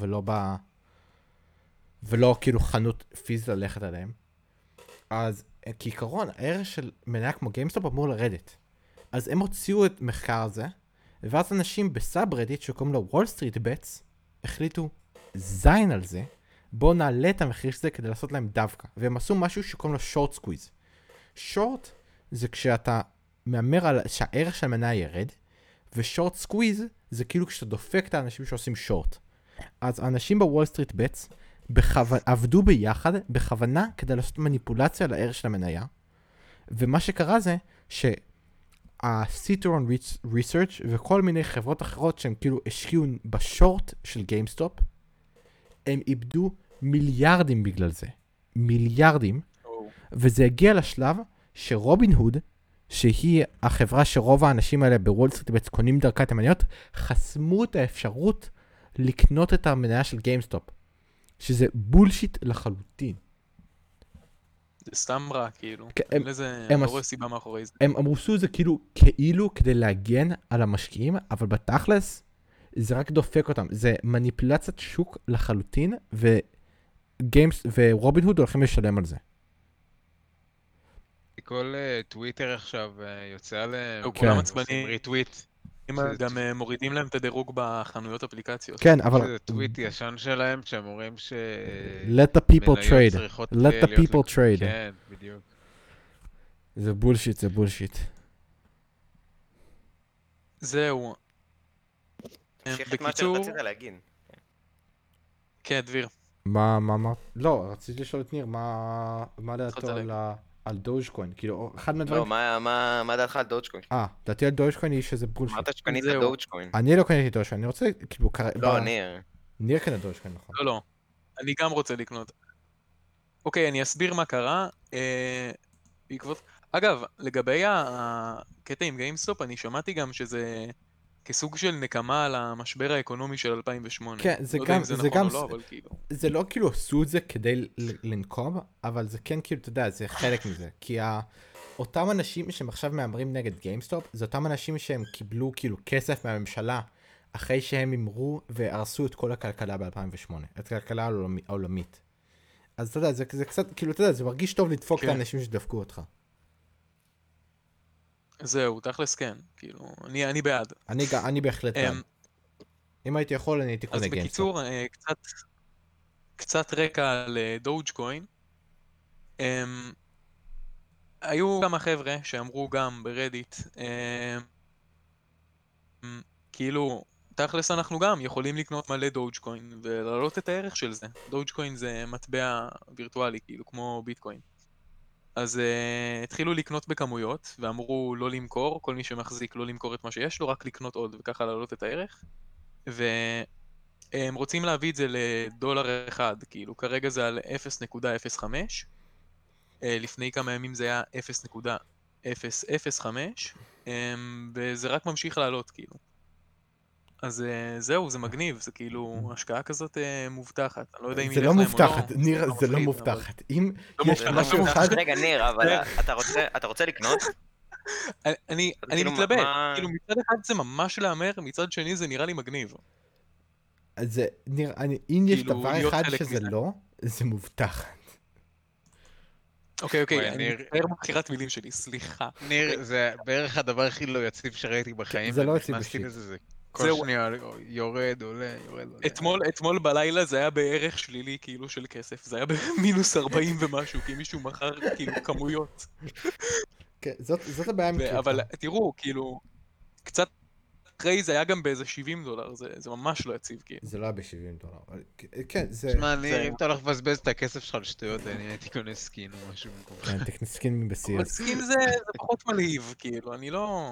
ולא כאילו חנות פיזית ללכת עליהם. אז כעיקרון, הערך של מניה כמו גיימסטופ אמור לרדת. אז הם הוציאו את מחקר הזה, ואז אנשים בסאב-רדיט שקוראים לו וול סטריט בטס, החליטו זין על זה, בואו נעלה את המחיר של זה כדי לעשות להם דווקא. והם עשו משהו שקוראים לו שורט סקוויז. שורט זה כשאתה מאמר על שהערך של המניה ירד, ושורט סקוויז זה כאילו כשאתה דופק את האנשים שעושים שורט. אז האנשים בוול סטריט בטס עבדו ביחד בכוונה כדי לעשות מניפולציה לערך של המניה, ומה שקרה זה שה-Citron Research וכל מיני חברות אחרות שהם כאילו השקיעו בשורט של גיימסטופ, הם איבדו מיליארדים בגלל זה. מיליארדים. וזה הגיע לשלב שרובין הוד, שהיא החברה שרוב האנשים האלה בוול סטריט בטס קונים דרכה את המניות, חסמו את האפשרות לקנות את המניה של גיימסטופ. שזה בולשיט לחלוטין. זה סתם רע, כאילו. אני לא רואה סיבה מאחורי זה. הם אמרו זה כאילו כדי להגן על המשקיעים, אבל בתכלס זה רק דופק אותם. זה מניפולציית שוק לחלוטין, ורובין הוד הולכים לשלם על זה. כל טוויטר עכשיו יוצא עליהם, כולם עצבנים. ריטוויט. אם גם מורידים להם את הדירוג בחנויות אפליקציות. כן, אבל... שזה טוויט ישן שלהם, שהם אומרים Let the people שמניות trade. צריכות Let the להיות people trade. כן, בדיוק. זה בולשיט, זה בולשיט. זהו. תמשיך את מה בקיצור, שרצית להגיד. כן, דביר. מה אמרת? לא, רציתי לשאול את ניר, מה דעתו יכולת על דוג'קוין? כאילו, אחד לא, מהדברים... מה דעתך על דודג'קוין? דעתי על דוג'קוין היא שזה בולשיט. אמרת שקנית זהו. דודג'קוין. אני לא קניתי דוג'קוין, אני רוצה, כאילו, לא, ניר. ניר קנה דוג'קוין, נכון. לא, לא. אני גם רוצה לקנות. אוקיי, אני אסביר מה קרה. בעקבות... אגב, לגבי הקטע עם גיימסטופ, אני שמעתי גם שזה כסוג של נקמה על המשבר האקונומי של 2008. כן, זה לא יודע גם- אם זה זה נכון גם- או לא, אבל כאילו... זה לא כאילו עשו את זה כדי לנקום, אבל זה כן כאילו, אתה יודע, זה חלק מזה. כי אותם אנשים שהם עכשיו מהמרים נגד גיימסטופ, זה אותם אנשים שהם קיבלו כאילו כסף מהממשלה, אחרי שהם הימרו והרסו את כל הכלכלה ב-2008, את הכלכלה העולמית. אז אתה יודע, זה קצת, כאילו, אתה יודע, זה מרגיש טוב לדפוק את כן. האנשים שדפקו אותך. זהו, תכלס כן. כאילו, אני בעד. אני בהחלט בעד. אם הייתי יכול, אני הייתי אז קונה גיימסטופ. בקיצור, קצת רקע על דוג'קוין. היו כמה חבר'ה שאמרו גם ברדיט, כאילו, תכלס אנחנו גם יכולים לקנות מלא דוג'קוין ולהעלות את הערך של זה. דוג'קוין זה מטבע וירטואלי, כאילו, כמו ביטקוין. אז התחילו לקנות בכמויות, ואמרו לא למכור, כל מי שמחזיק לא למכור את מה שיש לו, רק לקנות עוד, וככה להעלות את הערך. והם רוצים להביא את זה לדולר אחד, כאילו, כרגע זה על 0.05, לפני כמה ימים זה היה 0.005, וזה רק ממשיך לעלות, כאילו. אז זהו, זה מגניב, זה כאילו השקעה כזאת מובטחת. אני לא יודע אם זה ילך לא להם או מובטחת, לא. ניר, זה לא מפחיד, מובטחת. אם לא יש מובטחת. משהו אחד... רגע, ניר, אבל אתה רוצה לקנות? אני כאילו, מתלבט, מה- כאילו מצד אחד זה ממש להמר, מצד שני זה נראה לי מגניב. זה ניר, אם יש כאילו, דבר להיות אחד חלק שזה מזה. לא, זה מובטח. אוקיי, וואי, אני ניר- מצטער בבחירת מילים שלי, סליחה. ניר, זה בערך הדבר הכי לא יציב שראיתי בחיים. זה לא ואני יציב נכנסתי בשיט. לזה, זה כל זהו. שנייה יורד, עולה, יורד, עולה. אתמול בלילה זה היה בערך שלילי כאילו של כסף, זה היה במינוס 40 ומשהו, כי מישהו מכר כאילו כמויות. כן, זאת הבעיה עם קריפטו. אבל תראו, כאילו, קצת אחרי זה היה גם באיזה $70, זה ממש לא יציב, כאילו. זה לא היה ב-$70. כן, זה... שמע, ניר, אם אתה הולך לבזבז את הכסף שלך על שטויות, אני הייתי קונה סקין או משהו במקום. כן, תקנה סקין בסיר. אבל סקין זה פחות מלהיב, כאילו, אני לא...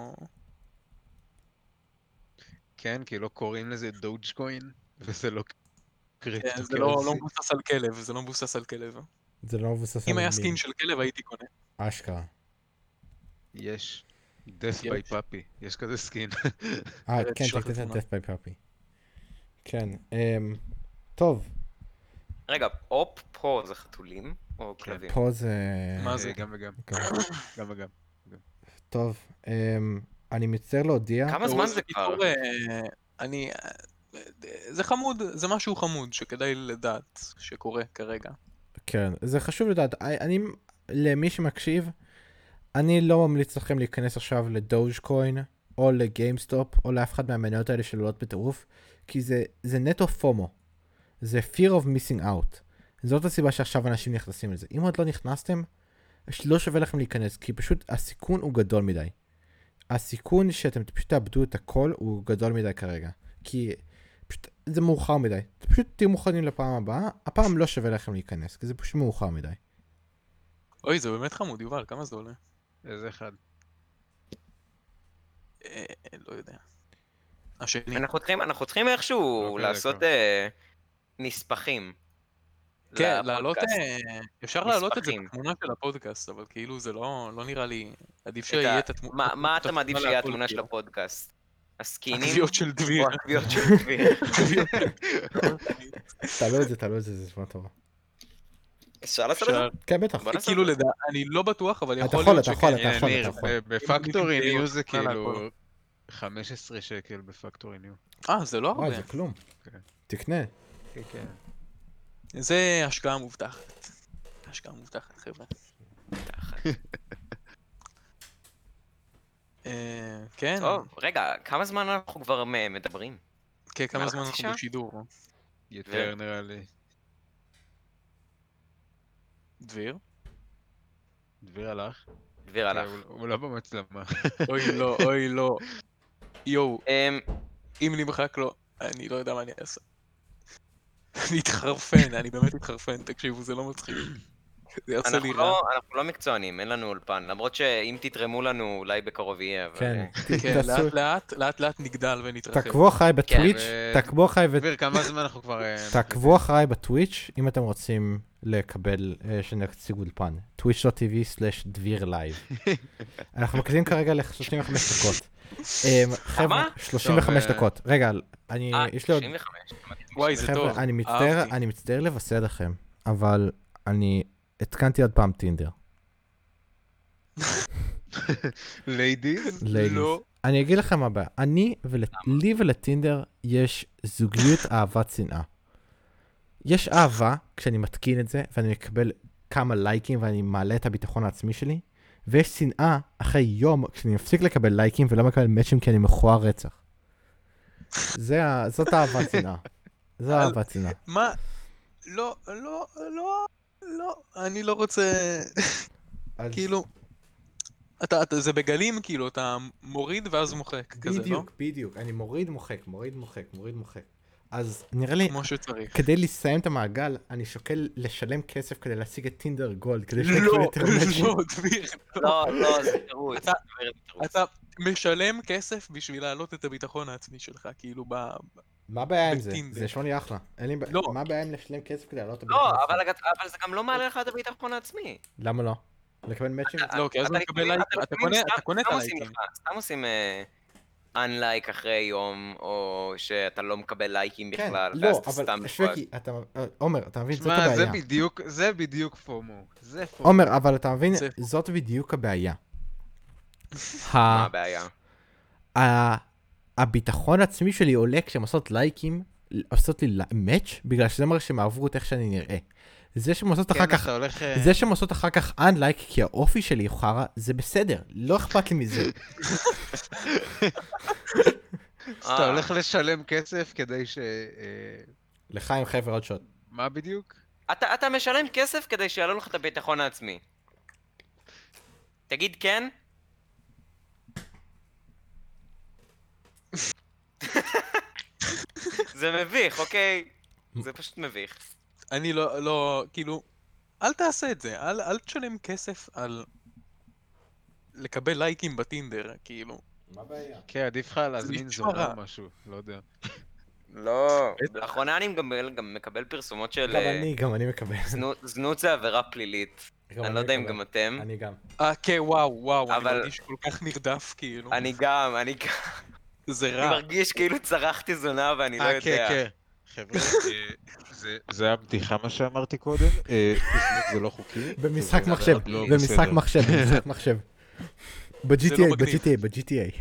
כן, כי לא קוראים לזה דוג'קוין, וזה לא קריפטו כן, זה לא קרנסי. מבוסס על כלב, זה לא מבוסס על כלב. זה לא מבוסס אם על היה סקין של כלב הייתי קונה. אשכרה. יש. death by puppy, יש כזה סקין. כן, תשלח תקנה לי את death by puppy. כן, טוב, רגע, אופ פה זה חתולים או כלבים? פה זה... מה זה? גם וגם. גם וגם. טוב, אני מצטער להודיע. כמה זמן זה כבר? בקיצור, אני... זה חמוד, זה משהו חמוד שכדאי לדעת שקורה כרגע. כן, זה חשוב לדעת. למי שמקשיב, אני לא ממליץ לכם להיכנס עכשיו לדוג'קוין, או לגיימסטופ, או לאף אחד מהמניות האלה שעולות בטירוף, כי זה נטו פומו. זה fear of missing out. זאת הסיבה שעכשיו אנשים נכנסים לזה. אם עוד לא נכנסתם, לא שווה לכם להיכנס, כי פשוט הסיכון הוא גדול מדי. הסיכון שאתם פשוט תאבדו את הכל הוא גדול מדי כרגע. כי פשוט זה מאוחר מדי. פשוט תהיו מוכנים לפעם הבאה, הפעם לא שווה לכם להיכנס, כי זה פשוט מאוחר מדי. אוי, זה באמת חמוד, יובל, כמה זה עולה? איזה אחד. לא יודע. השני. אנחנו צריכים איכשהו אוקיי, לעשות דקה. נספחים. כן, לעלות, לפודקאסט. אפשר להעלות את זה נספחים. בתמונה של הפודקאסט, אבל כאילו זה לא נראה לי, עדיף את שיהיה ה- את התמונה. מה אתה מעדיף שיהיה להכל, התמונה של כאילו. הפודקאסט? הסקינים? הקביעות של דביר. או הקביעות של דביר? תעלו את זה, זה זמן טובה. אפשר לעשות את זה? אפשר, כן, בטח. בוא נעשה כאילו את זה. אני לא בטוח, אבל יכול יכול, להיות אתה יכול, שכן. אתה יכול, ניר, אתה יכול. בפקטורי אם ניו מישהו זה תקנה כאילו להכל. 15 שקל בפקטורי ניו. זה לא וואי, הרבה. זה כלום. כן. תקנה. כן, כן. זה השקעה מובטחת. השקעה מובטחת, חבר'ה. כן, טוב, רגע, כמה זמן אנחנו כבר מדברים? כן, כמה מעל זמן חצי אנחנו שעה? בשידור? יותר נראה לי. דביר? דביר הלך? דביר כן, הלך. הוא לא במצלמה. אוי לא, אוי לא. יואו, אמ, אם נמחק לו, אני לא יודע מה אני אעשה. אני אתחרפן, אני באמת אתחרפן, תקשיבו, זה לא מצחיק. זה יעשה לי רע. אנחנו לא מקצוענים, אין לנו אולפן, למרות שאם תתרמו לנו אולי בקרוב יהיה, אבל... כן, כן, תעשו, לאט לאט נגדל ונתרחב. תעקבו אחריי בטוויץ', ו- תעקבו אחריי דביר, כמה זמן אנחנו כבר... תעקבו אחריי בטוויץ', אם אתם רוצים לקבל שנציג אולפן. twitch.tv/dvirlive. אנחנו מקליטים כרגע ל-35 דקות. חבר'ה, 35 טוב, דקות. רגע, יש לי עוד... 35. וואי, זה טוב. חבר'ה, אהבתי. אני מצטער לבשר לכם, אבל אני התקנתי עוד פעם טינדר. ליידיז? ladies. לא. אני אגיד לכם מה הבעיה. לי ולטינדר יש זוגיות אהבת שנאה. יש אהבה כשאני מתקין את זה, ואני מקבל כמה לייקים ואני מעלה את הביטחון העצמי שלי, ויש שנאה אחרי יום כשאני מפסיק לקבל לייקים ולא מקבל מאצ'ים כי אני מכוער רצח. זאת אהבת שנאה. זו אהבת שנאה. מה? לא, לא, לא, לא, אני לא רוצה... אז כאילו... זה בגלים, כאילו, אתה מוריד ואז מוחק, כזה, לא? בדיוק. אני מוריד, מוחק. אז נראה לי, כמו שצריך. כדי לסיים את המעגל, אני שוקל לשלם כסף כדי להשיג את טינדר גולד, כדי לא, שיקחו יותר מאצ'ים. לא, דביר. לא, זה תירוץ. אתה- דביר, זה תירוץ. אתה משלם כסף בשביל להעלות את הביטחון העצמי שלך, כאילו, מה הבעיה עם זה? בטינדר. זה נשמע לי אחלה. אין לי בעיה. לא. מה הבעיה עם לשלם כסף כדי להעלות את לא, הביטחון העצמי? אבל זה גם לא מעלה לך את הביטחון העצמי. למה לא? לקבל מאצ'ים? לא, כי אז הוא מקבל לייק, אתה קונה את הלייקים. סתם עושים unlike אחרי יום, או שאתה לא מקבל לייקים כן, בכלל, לא, ואז אתה אבל סתם... שווקי, עומר, אתה מבין? זאת שמע, הבעיה. זה בדיוק פומו. זה פומו. עומר, אבל אתה מבין? זה- זאת בדיוק הבעיה. מה הבעיה? הביטחון העצמי שלי עולה כשהם עושות לי מאץ' בגלל שזה אומר שהם אהבו את איך שאני נראה. זה שהן עושות אחר כן, כך, אתה הולך... זה שהן עושות אחר כך unlike כי האופי שלי הוא חרא, זה בסדר, לא אכפת לי מזה. אתה הולך לשלם כסף כדי ש... לחיים חבר'ה עוד שוט. מה בדיוק? אתה משלם כסף כדי שיעלו לך את הביטחון העצמי. תגיד כן? זה מביך, אוקיי? זה פשוט מביך. אני לא, כאילו, אל תעשה את זה, אל תשלם כסף על לקבל לייקים בטינדר, כאילו. מה הבעיה? כן, עדיף לך להזמין נשמע זונה רע. או משהו, לא יודע. לא, לאחרונה אני גם מקבל פרסומות של... גם אני מקבל. זנות זה עבירה פלילית. אני לא יודע אם גם אתם. אני גם. כן, וואו, אני אבל- מרגיש כל כך נרדף, כאילו. אני גם. זה אני רע. מרגיש כאילו צרחתי זונה ואני לא יודע. כן. חבר'ה, זה היה בדיחה מה שאמרתי קודם. זה לא חוקי. במשחק וזה מחשב, לא במשחק בסדר. מחשב. לא ב-GTA, מגניב. ב-GTA.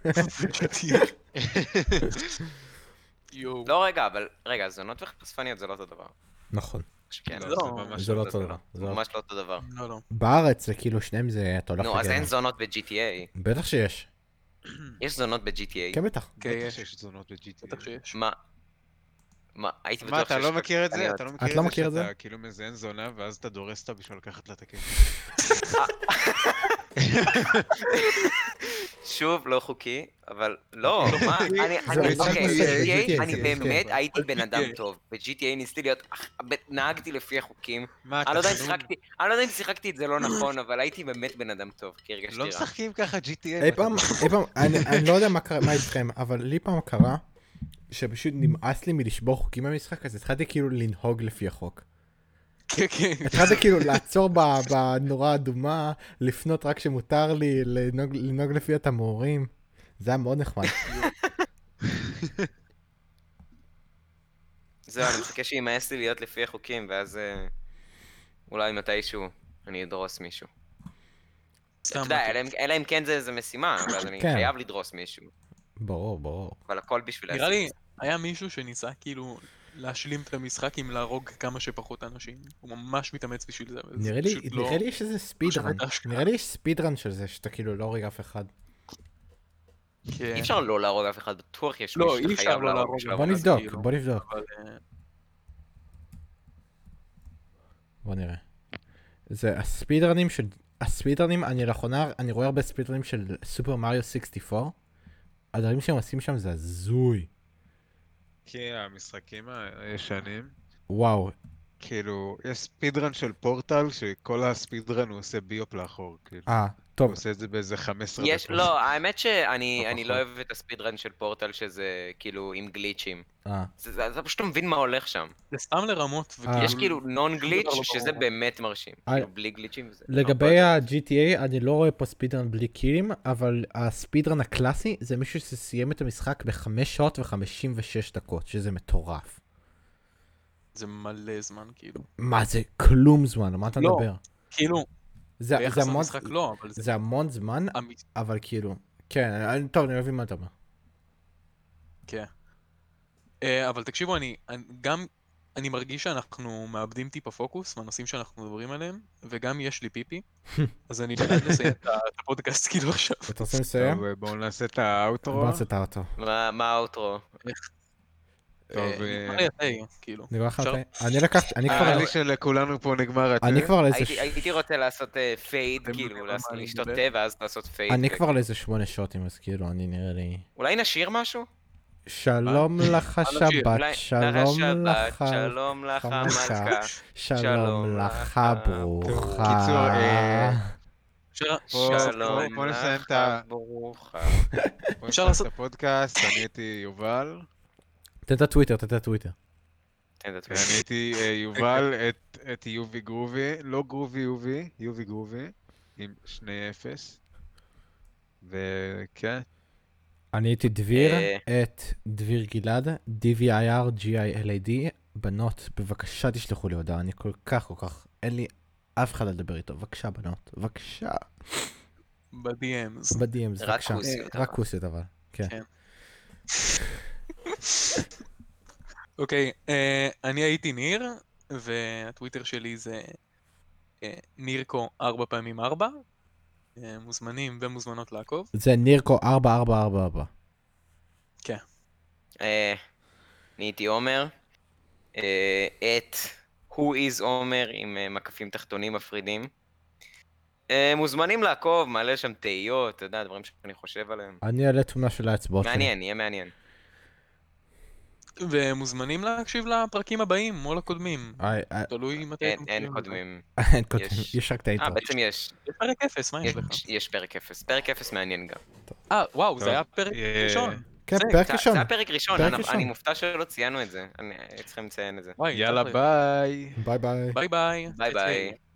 יואו. לא, רגע, זונות וחשפניות זה לא אותו דבר. נכון, שכן, לא, לא, זה ממש זה לא לא אותו זה דבר. זה ממש לא אותו דבר. לא. בארץ זה כאילו שניהם זה, אתה הולך נו, אז לגמרי. אין זונות ב-GTA. בטח שיש, יש זונות ב-GTA. כן בטח. כן, בטח יש. שיש זונות ב-GTA. בטח שיש. מה, הייתי בטוח מה, אתה שיש לא מכיר את זה? חשפניות. אתה לא לא מכיר מכיר את את זה זה? שאתה כאילו מזיין זונה ואז אתה דורס אותה בשביל לקחת לה את הכסף? שוב, לא חוקי, אבל לא, מה, אוקיי, ב-GTA, ב-GTA אני זה באמת כן. הייתי בן אדם ב-GTA. טוב. ב-GTA ניסיתי להיות, נהגתי לפי החוקים. מה, אני לא יודע אתה אם שיחקתי את זה לא נכון, אבל הייתי באמת בן אדם טוב, כי הרגשתי לא רע. משחקים ככה GTA. אי פעם, אני לא יודע מה איתכם, אבל לי פעם קרה שפשוט נמאס לי מלשבור חוקים במשחק, אז התחלתי כאילו לנהוג לפי החוק. כן. התחלתי כאילו לעצור בנורה אדומה, לפנות רק שמותר לי, לנהוג לפי התמרורים. זה היה מאוד נחמד. זהו, אני מחכה שימאס לי להיות לפי החוקים, ואז אולי מתישהו אני אדרוס מישהו. אתה יודע, אלא אם כן זה משימה, ואז אני כן. חייב לדרוס מישהו. ברור. אבל הכל בשביל נראה לי, היה מישהו שניסה כאילו להשלים את המשחק עם להרוג כמה שפחות אנשים. הוא ממש מתאמץ בשביל זה. אבל זה נראה לי פשוט לא- יש איזה ספידרן. שווה את ההשקעה. נראה לי יש ספידרן של זה, שאתה כאילו לא הורג אף אחד. כן. אי אפשר לא להרוג אף אחד, בטוח יש לא, מישהו אי שאתה אפשר חייב לא להרוג להרוג. בשלב בוא הזה. נבדוק, כאילו. בוא נבדוק. אבל, בוא נראה. זה הספידרנים, אני לאחרונה, אני רואה הרבה ספידרנים של סופר מריו 64. הדברים שהם עושים שם זה הזוי. כן, המשחקים הישנים. וואו. כאילו, יש ספידרן של פורטל, שכל הספידרן הוא עושה ביופ לאחור, כאילו. טוב. הוא עושה את זה באיזה 15 יש, דקות. לא, האמת שאני פחות. לא אוהב את הספידרן של פורטל שזה כאילו עם גליצ'ים. אה. אתה פשוט לא מבין מה הולך שם. זה סתם לרמות, יש כאילו נון גליץ' דבר לא שזה ברור. באמת מרשים. כאילו בלי גליצ'ים וזה. לגבי ה-GTA, אני לא רואה פה ספידרן בלי קילים, אבל הספידרן הקלאסי זה מישהו שסיים את המשחק ב5 שעות ו56 דקות, שזה מטורף. זה מלא זמן, כאילו. מה זה? כלום זמן, על מה אתה לא. מדבר? כאילו, זה ביחס המון- למשחק לא, אבל זה... זה המון זמן, המ- אבל כאילו, כן, טוב, אני מבין מה אתה אומר. כן. אבל תקשיבו, אני מרגיש שאנחנו מאבדים טיפה פוקוס מהנושאים שאנחנו מדברים עליהם, וגם יש לי פיפי, אז אני בעד לסיים את הפודקאסט כאילו עכשיו. אתה רוצה לסיים? טוב, בואו נעשה את האוטרו. בוא נעשה את האוטו. מה האוטרו? טוב, נגמר לי התה, כאילו. נראה לך אפשר? אתה? אני לקחתי, נראה לי שלכולנו פה נגמר התה. אני כבר לאיזה... הייתי רוצה לעשות פייד, אתם כאילו, יודעים על מה אני לשתות מדבר? תה ואז לעשות פייד. אני כבר לאיזה 8 שוטים, אז כאילו, אני נראה לי... אולי נשיר משהו? שלום לך נשאיר? שבת, אולי- שלום לך, שלום לך חמושה. מלכה. שלום לך ברוכה. קיצור, אפשר- שלום בוא נסיים לך את ה- ברוכה. בואו אפשר נסיים לעשות- את הפודקאסט, אני הייתי יובל. תן את הטוויטר, תן את הטוויטר. תן את ואני הייתי יובל, את יובי גרובי, לא גרובי יובי, יובי גרובי, עם 2-0. וכן, אני הייתי דביר, אה. את דביר גלעד, DVIR GILAD. בנות, בבקשה תשלחו לי הודעה, אני כל כך, אין לי אף אחד לדבר איתו. בבקשה, בנות, בבקשה. ב-DMs. ב-DMs, רק בבקשה. כוסיות, רק אבל. כוסיות אבל, כן. כן. אוקיי, אני הייתי ניר, והטוויטר שלי זה נירקו 4x4. מוזמנים ומוזמנות לעקוב. זה נירקו 4444. אני הייתי עומר. את Who is עומר עם מקפים תחתונים מפרידים. מוזמנים לעקוב, מעלה שם תהיות, אתה יודע, דברים שאני חושב עליהם. אני אעלה תמונה של האצבעות שלי. מעניין, יהיה מעניין. ומוזמנים להקשיב לפרקים הבאים, או לקודמים. תלוי מתי אין אתם מקשיבים לזה. קודמים. אין קודם, יש- יש רק את האינטרו. בעצם יש. יש פרק 0, מה יש לך? יש פרק 0. פרק 0 מעניין גם. וואו, זה טוב. היה פרק ראשון. כן, זה- פרק זה ראשון. היה פרק ראשון, פרק ראשון. אני מופתע שלא ציינו את זה. צריכים לציין את זה. וואי, יאללה תכל'ס. ביי. ביי ביי. ביי ביי. ביי ביי.